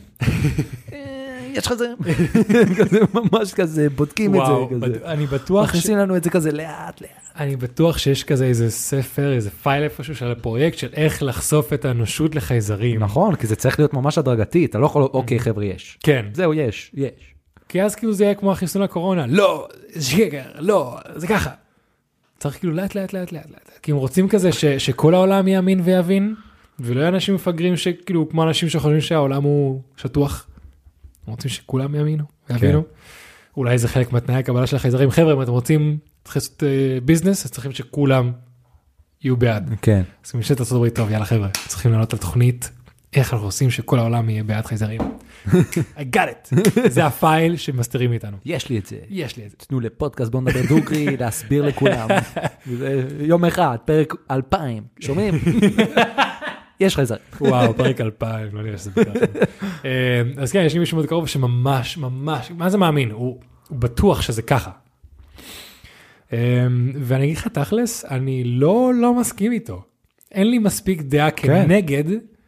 Speaker 2: יש חייזרים. כזה ממש כזה, בודקים את זה.
Speaker 1: אני בטוח...
Speaker 2: מכניסים לנו את זה כזה לאט לאט.
Speaker 1: אני בטוח שיש כזה איזה ספר, איזה פייל איפשהו של הפרויקט, של איך לחשוף את האנושות לחייזרים.
Speaker 2: נכון, כי זה צריך להיות ממש הדרגתי, אתה לא יכול, אוקיי חבר'ה, יש.
Speaker 1: כן.
Speaker 2: זהו, יש, יש.
Speaker 1: כי אז כאילו זה יהיה כמו החיסון לקורונה, לא, זה שקר, לא, זה ככה. צריך כאילו לאט לאט לאט לאט לאט. כי הם רוצים כזה שכל העולם יאמין ויבין, ולא יהיה אנשים מפגרים שכאילו כמו אנשים שחושבים שהעולם הוא שטוח. הם רוצים שכולם יאמינו ויבינו. אולי זה חלק מהתנאי הקבלה של החייזרים. חבר'ה, אם אתם רוצים לעשות ביזנס, אז צריכים שכולם יהיו בעד.
Speaker 2: כן.
Speaker 1: אז ממשלת ארצות הברית, טוב, יאללה חבר'ה, צריכים לעלות על תוכנית, איך אנחנו עושים שכל העולם יהיה בעד חייזרים. I got it. זה הפייל שמסתירים איתנו.
Speaker 2: יש לי את זה.
Speaker 1: יש לי את זה.
Speaker 2: תנו לפודקאסט, בוא נדבר דוגרי, להסביר לכולם. יום אחד, פרק אלפיים, שומעים? יש חייזרים.
Speaker 1: וואו, פרק אלפיים, לא נראה שזה בכלל. אז כן, יש לי מישהו מאוד קרוב שממש, ממש, מה זה מאמין? הוא בטוח שזה ככה. ואני אגיד לך תכלס, אני לא, לא מסכים איתו. אין לי מספיק דעה כנגד,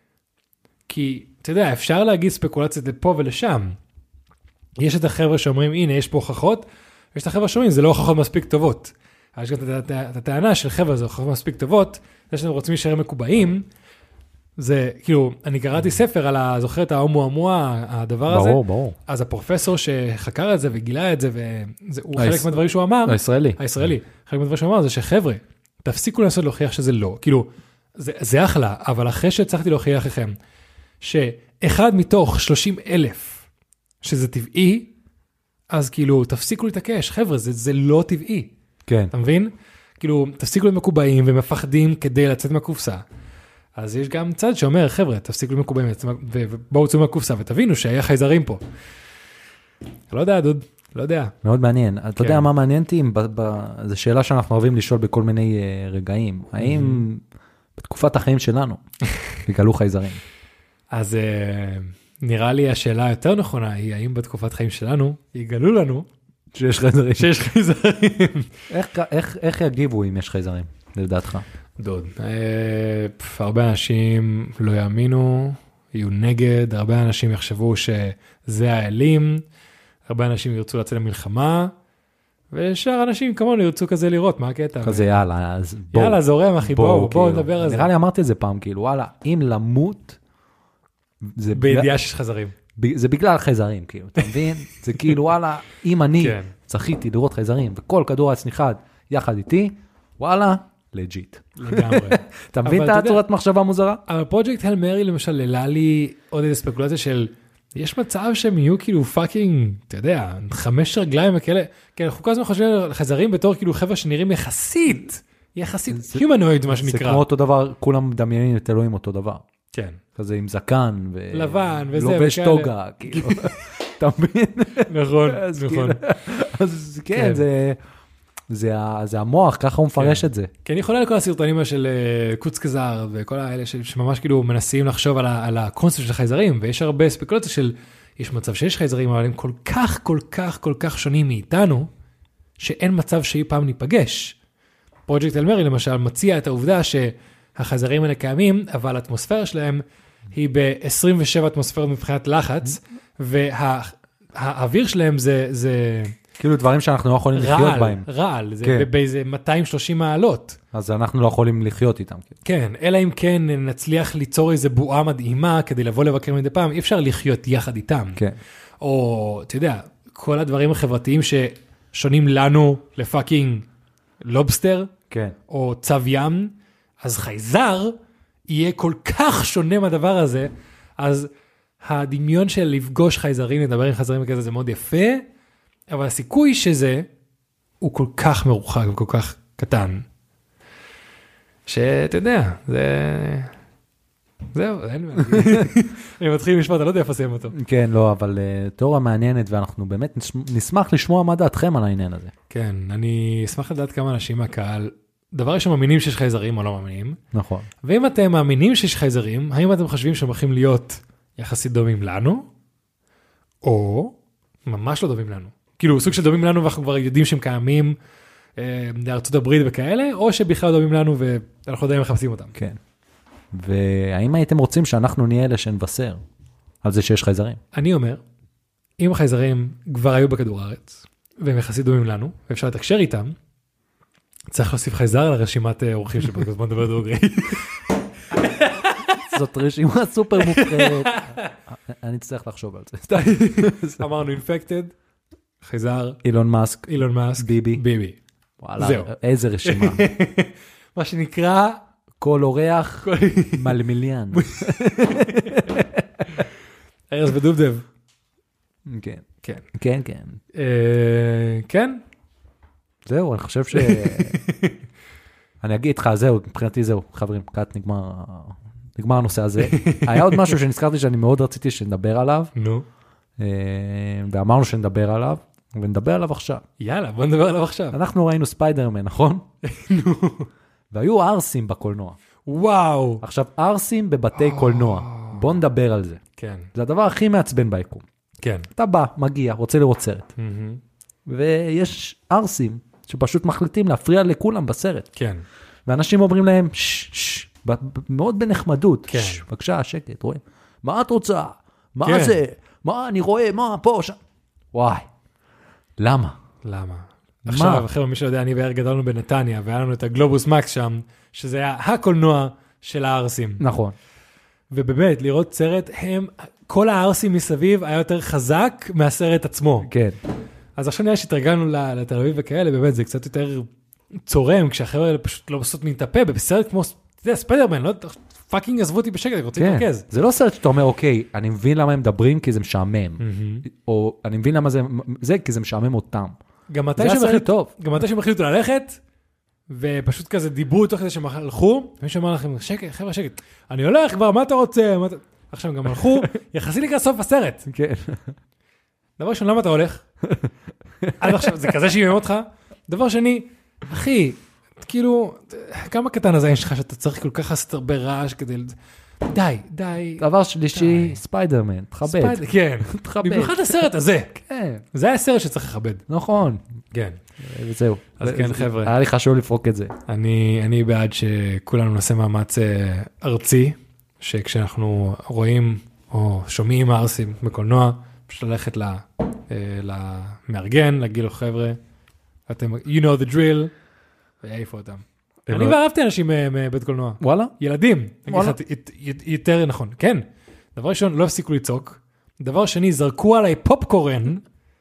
Speaker 1: כי, אתה יודע, אפשר להגיד ספקולציות לפה ולשם. יש את החבר'ה שאומרים, הנה, יש פה הוכחות, ויש את החבר'ה שאומרים, זה לא הוכחות מספיק טובות. יש גם את הטענה של חבר'ה, זה הוכחות מספיק טובות, זה שאתם רוצים להישאר מקובעים, זה, כאילו, אני קראתי ספר על, זוכר את האומואמואה, הדבר הזה.
Speaker 2: ברור, ברור.
Speaker 1: אז הפרופסור שחקר את זה וגילה את זה, והוא חלק מהדברים שהוא אמר.
Speaker 2: הישראלי.
Speaker 1: הישראלי. חלק מהדברים שהוא אמר זה שחבר'ה, תפסיקו לנסות להוכיח שזה לא. כאילו, זה, זה אחלה, אבל אחרי שהצלחתי להוכיח לכם, שאחד מתוך שלושים אלף, שזה טבעי, אז כאילו, תפסיקו להתעקש. חבר'ה, זה, זה לא טבעי.
Speaker 2: כן.
Speaker 1: אתה מבין? כאילו, תפסיקו להיות מקובעים ומפחדים כדי לצאת מהקופסה. אז יש גם צד שאומר, חבר'ה, תפסיקו להיות מקובעים, ובואו צאו מהקופסה, ותבינו שהיה חייזרים פה. לא יודע, דוד, לא יודע.
Speaker 2: מאוד מעניין. אתה יודע מה מעניין אותי? זו שאלה שאנחנו אוהבים לשאול בכל מיני רגעים. האם בתקופת החיים שלנו יגלו חייזרים? אז
Speaker 1: נראה לי השאלה היותר נכונה היא, האם בתקופת חיים שלנו יגלו לנו
Speaker 2: שיש חייזרים?
Speaker 1: שיש חייזרים.
Speaker 2: איך יגיבו אם יש חייזרים, לדעתך?
Speaker 1: דוד, הרבה אנשים לא יאמינו, יהיו נגד, הרבה אנשים יחשבו שזה האלים, הרבה אנשים ירצו לצאת למלחמה, ושאר אנשים כמונו ירצו כזה לראות, מה הקטע?
Speaker 2: כזה יאללה, אז בואו.
Speaker 1: יאללה, זורם אחי, בואו, בואו נדבר על זה.
Speaker 2: נראה לי אמרתי את זה פעם, כאילו, וואלה, אם למות,
Speaker 1: בידיעה שיש חייזרים.
Speaker 2: זה בגלל חייזרים, כאילו, אתה מבין? זה כאילו, וואלה, אם אני צריכיתי לראות חייזרים, וכל כדור העץ נחד יחד איתי, וואלה, לג'יט.
Speaker 1: לגמרי.
Speaker 2: אתה מבין את הצורת מחשבה מוזרה?
Speaker 1: אבל פרויקט הל מרי למשל, העלה לי עוד איזו ספקולציה של, יש מצב שהם יהיו כאילו פאקינג, אתה יודע, חמש רגליים וכאלה, כי אנחנו כל הזמן חושבים על חייזרים בתור כאילו חבר'ה שנראים יחסית, יחסית, humanoid מה שנקרא.
Speaker 2: זה כמו אותו דבר, כולם מדמיינים את אלוהים אותו דבר.
Speaker 1: כן.
Speaker 2: כזה עם זקן,
Speaker 1: לבן וזה,
Speaker 2: לובש טוגה, כאילו. אתה מבין?
Speaker 1: נכון, נכון.
Speaker 2: אז כן, זה... זה, זה המוח, ככה הוא מפרש
Speaker 1: כן.
Speaker 2: את זה.
Speaker 1: כי אני חולה לכל הסרטונים של קוץ קזר, וכל האלה שממש כאילו מנסים לחשוב על, על הקונספט של החייזרים, ויש הרבה ספקולציה של, יש מצב שיש חייזרים, אבל הם כל כך, כל כך, כל כך שונים מאיתנו, שאין מצב שאי פעם ניפגש. פרויקט הל מרי למשל מציע את העובדה שהחייזרים האלה קיימים, אבל האטמוספירה שלהם היא ב-עשרים ושבע אטמוספירות מבחינת לחץ, והאוויר שלהם זה... זה
Speaker 2: כאילו דברים שאנחנו לא יכולים לחיות
Speaker 1: רעל,
Speaker 2: בהם.
Speaker 1: רעל, זה
Speaker 2: כן.
Speaker 1: באיזה מאתיים ושלושים מעלות.
Speaker 2: אז אנחנו לא יכולים לחיות איתם.
Speaker 1: כן, אלא אם כן נצליח ליצור איזו בועה מדהימה כדי לבוא לבקר מדי פעם, אי אפשר לחיות יחד איתם.
Speaker 2: כן.
Speaker 1: או, אתה יודע, כל הדברים החברתיים ששונים לנו לפאקינג לובסטר,
Speaker 2: כן.
Speaker 1: או צב ים, אז חייזר יהיה כל כך שונה מהדבר הזה, אז הדמיון של לפגוש חייזרים, לדבר עם חייזרים וכזה, זה מאוד יפה, אבל הסיכוי שזה, הוא כל כך מרוחק וכל כך קטן, שאתה יודע, זה... זהו, אין מה. אני מתחיל משפט, אני לא יודע איפה לסיים אותו.
Speaker 2: כן, לא, אבל תיאוריה מעניינת, ואנחנו באמת נשמח לשמוע מה דעתכם על העניין הזה.
Speaker 1: כן, אני אשמח לדעת כמה אנשים מהקהל, דבר ראשון, מאמינים שיש חייזרים או לא מאמינים. נכון. ואם אתם מאמינים שיש חייזרים, האם אתם חושבים שהם הולכים להיות יחסית דומים לנו, או ממש לא דומים לנו? כאילו, סוג של דומים לנו, ואנחנו כבר יודעים שהם קיימים בארצות הברית וכאלה, או שבכלל דומים לנו, ואנחנו עדיין מחפשים אותם.
Speaker 2: כן. והאם הייתם רוצים שאנחנו נהיה אלה שנבשר על זה שיש חייזרים?
Speaker 1: אני אומר, אם החייזרים כבר היו בכדור הארץ, והם יחסית דומים לנו, ואפשר לתקשר איתם, צריך להוסיף חייזר לרשימת אורחים של פודקאסט, בוא נדבר דוגרי.
Speaker 2: זאת רשימה סופר מובחרת. אני צריך לחשוב על זה.
Speaker 1: אמרנו אינפקטד, חייזר,
Speaker 2: אילון מאסק,
Speaker 1: אילון מאסק,
Speaker 2: ביבי.
Speaker 1: ביבי.
Speaker 2: וואלה, איזה רשימה.
Speaker 1: מה שנקרא...
Speaker 2: כל אורח מלמיליאן.
Speaker 1: ארז ודובדב.
Speaker 2: כן.
Speaker 1: כן.
Speaker 2: כן, כן.
Speaker 1: כן?
Speaker 2: זהו, אני חושב ש... אני אגיד לך, זהו, מבחינתי זהו, חברים, קאט נגמר, נגמר הנושא הזה. היה עוד משהו שנזכרתי שאני מאוד רציתי שנדבר עליו.
Speaker 1: נו.
Speaker 2: ואמרנו שנדבר עליו, ונדבר עליו עכשיו.
Speaker 1: יאללה, בוא נדבר עליו עכשיו.
Speaker 2: אנחנו ראינו ספיידרמן, נכון?
Speaker 1: נו.
Speaker 2: והיו ארסים בקולנוע.
Speaker 1: וואו.
Speaker 2: עכשיו, ארסים בבתי קולנוע. בוא נדבר על זה.
Speaker 1: כן.
Speaker 2: זה הדבר הכי מעצבן ביקום.
Speaker 1: כן.
Speaker 2: אתה בא, מגיע, רוצה לראות סרט. ויש ארסים שפשוט מחליטים להפריע לכולם בסרט.
Speaker 1: כן.
Speaker 2: ואנשים אומרים להם, שש, שש, מאוד בנחמדות.
Speaker 1: כן.
Speaker 2: בבקשה, שקט, רואה. מה את רוצה? מה זה? מה אני רואה? מה פה? וואי. למה?
Speaker 1: למה? עכשיו, אחרי מי שיודע, אני ואיר גדלנו בנתניה, והיה לנו את הגלובוס מקס שם, שזה היה הקולנוע של הארסים.
Speaker 2: נכון.
Speaker 1: ובאמת, לראות סרט, הם, כל הארסים מסביב היה יותר חזק מהסרט עצמו.
Speaker 2: כן.
Speaker 1: אז עכשיו נראה שהתרגלנו לתל אביב וכאלה, באמת, זה קצת יותר צורם, כשהחבר'ה האלה פשוט לא בסות מתאפה, בסרט כמו, אתה יודע, ספיידרמן, לא פאקינג עזבו אותי בשקט, אני רוצה להתרכז.
Speaker 2: זה לא סרט שאתה אומר, אוקיי, אני מבין למה הם מדברים, כי זה משעמם. או אני מבין למה זה, כי זה משעמם אותם.
Speaker 1: גם מתי שהם החליטו ללכת, ופשוט כזה דיברו תוך כדי שהם הלכו, ומי שאמר לכם, שקט, חבר'ה, שקט, אני הולך כבר, מה אתה רוצה? עכשיו הם גם הלכו, יחסי לקראת סוף הסרט.
Speaker 2: כן.
Speaker 1: דבר ראשון, למה אתה הולך? עד עכשיו, זה כזה שימם אותך. דבר שני, אחי, כאילו, כמה קטן הזין שלך שאתה צריך כל כך לעשות הרבה רעש כדי... די, די.
Speaker 2: דבר שלישי, ספיידרמן, תכבד.
Speaker 1: כן, במיוחד הסרט הזה.
Speaker 2: כן.
Speaker 1: זה היה סרט שצריך לכבד.
Speaker 2: נכון.
Speaker 1: כן.
Speaker 2: וזהו.
Speaker 1: אז כן, חבר'ה.
Speaker 2: היה לי חשוב לפרוק את זה.
Speaker 1: אני בעד שכולנו נעשה מאמץ ארצי, שכשאנחנו רואים או שומעים ארסים בקולנוע, פשוט ללכת למארגן, להגיד לו חבר'ה, אתם, you know the drill, ויעיפו אותם. אני ואהבתי אנשים מבית קולנוע.
Speaker 2: וואלה?
Speaker 1: ילדים.
Speaker 2: וואלה?
Speaker 1: יותר נכון. כן. דבר ראשון, לא הפסיקו לצעוק. דבר שני, זרקו עליי פופקורן,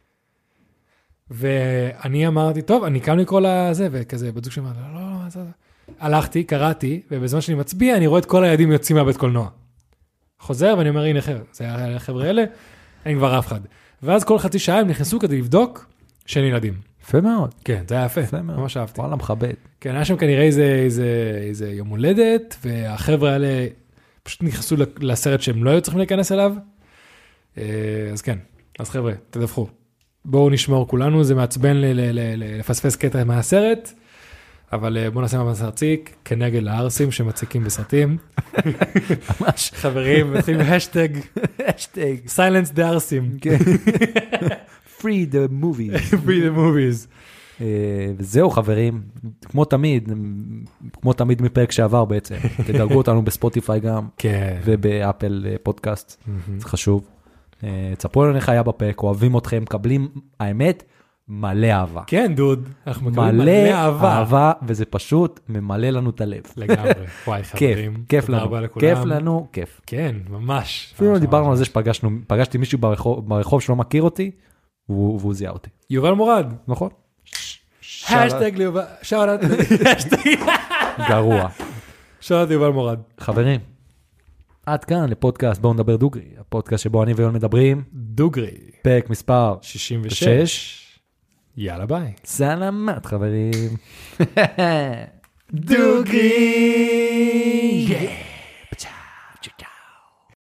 Speaker 1: ואני אמרתי, טוב, אני קם לקרוא לזה, וכזה, בזוג שאמר, לא, לא, לא, זה... הלכתי, קראתי, ובזמן שאני מצביע, אני רואה את כל הילדים יוצאים מהבית קולנוע. חוזר, ואני אומר, הנה, זה היה החבר'ה האלה, אין כבר אף אחד. ואז כל חצי שעה הם נכנסו כדי לבדוק שאין ילדים.
Speaker 2: יפה מאוד.
Speaker 1: כן, זה היה יפה, ממש אהבתי.
Speaker 2: וואלה, מכבד.
Speaker 1: כן, היה שם כנראה איזה, איזה, איזה יום הולדת, והחבר'ה האלה פשוט נכנסו לסרט שהם לא היו צריכים להיכנס אליו. אז כן, אז חבר'ה, תדווחו. בואו נשמור כולנו, זה מעצבן לפספס קטע מהסרט, אבל בואו נעשה מאמץ ארצי, כנגד לארסים שמציקים בסרטים. ממש. חברים, מתחילים השטג,
Speaker 2: השטג,
Speaker 1: silence the ארסים.
Speaker 2: free the movies.
Speaker 1: free the movies.
Speaker 2: וזהו חברים, כמו תמיד, כמו תמיד מפרק שעבר בעצם, תדרגו אותנו בספוטיפיי גם, ובאפל פודקאסט, זה חשוב. תספרו לנו איך היה בפרק, אוהבים אתכם, מקבלים, האמת, מלא אהבה.
Speaker 1: כן, דוד, אנחנו מקבלים
Speaker 2: מלא
Speaker 1: מלא אהבה.
Speaker 2: אהבה, וזה פשוט ממלא לנו את הלב.
Speaker 1: לגמרי. וואי,
Speaker 2: כיף,
Speaker 1: חברים.
Speaker 2: כיף
Speaker 1: תודה
Speaker 2: לנו,
Speaker 1: רבה לכולם.
Speaker 2: כיף לנו, כיף.
Speaker 1: כן, ממש.
Speaker 2: אפילו
Speaker 1: ממש,
Speaker 2: דיברנו
Speaker 1: ממש.
Speaker 2: על זה שפגשנו, פגשתי מישהו ברחוב, ברחוב שלא מכיר אותי, והוא והוא זיהה אותי.
Speaker 1: יובל מורד.
Speaker 2: נכון?
Speaker 1: השטג ליובל. שאוט.
Speaker 2: גרוע.
Speaker 1: שאוט יובל מורד.
Speaker 2: חברים, עד כאן לפודקאסט בואו נדבר דוגרי, הפודקאסט שבו אני ויון מדברים,
Speaker 1: דוגרי.
Speaker 2: פרק מספר
Speaker 1: שישים ושש. יאללה ביי.
Speaker 2: סלמת חברים.
Speaker 1: דוגרי.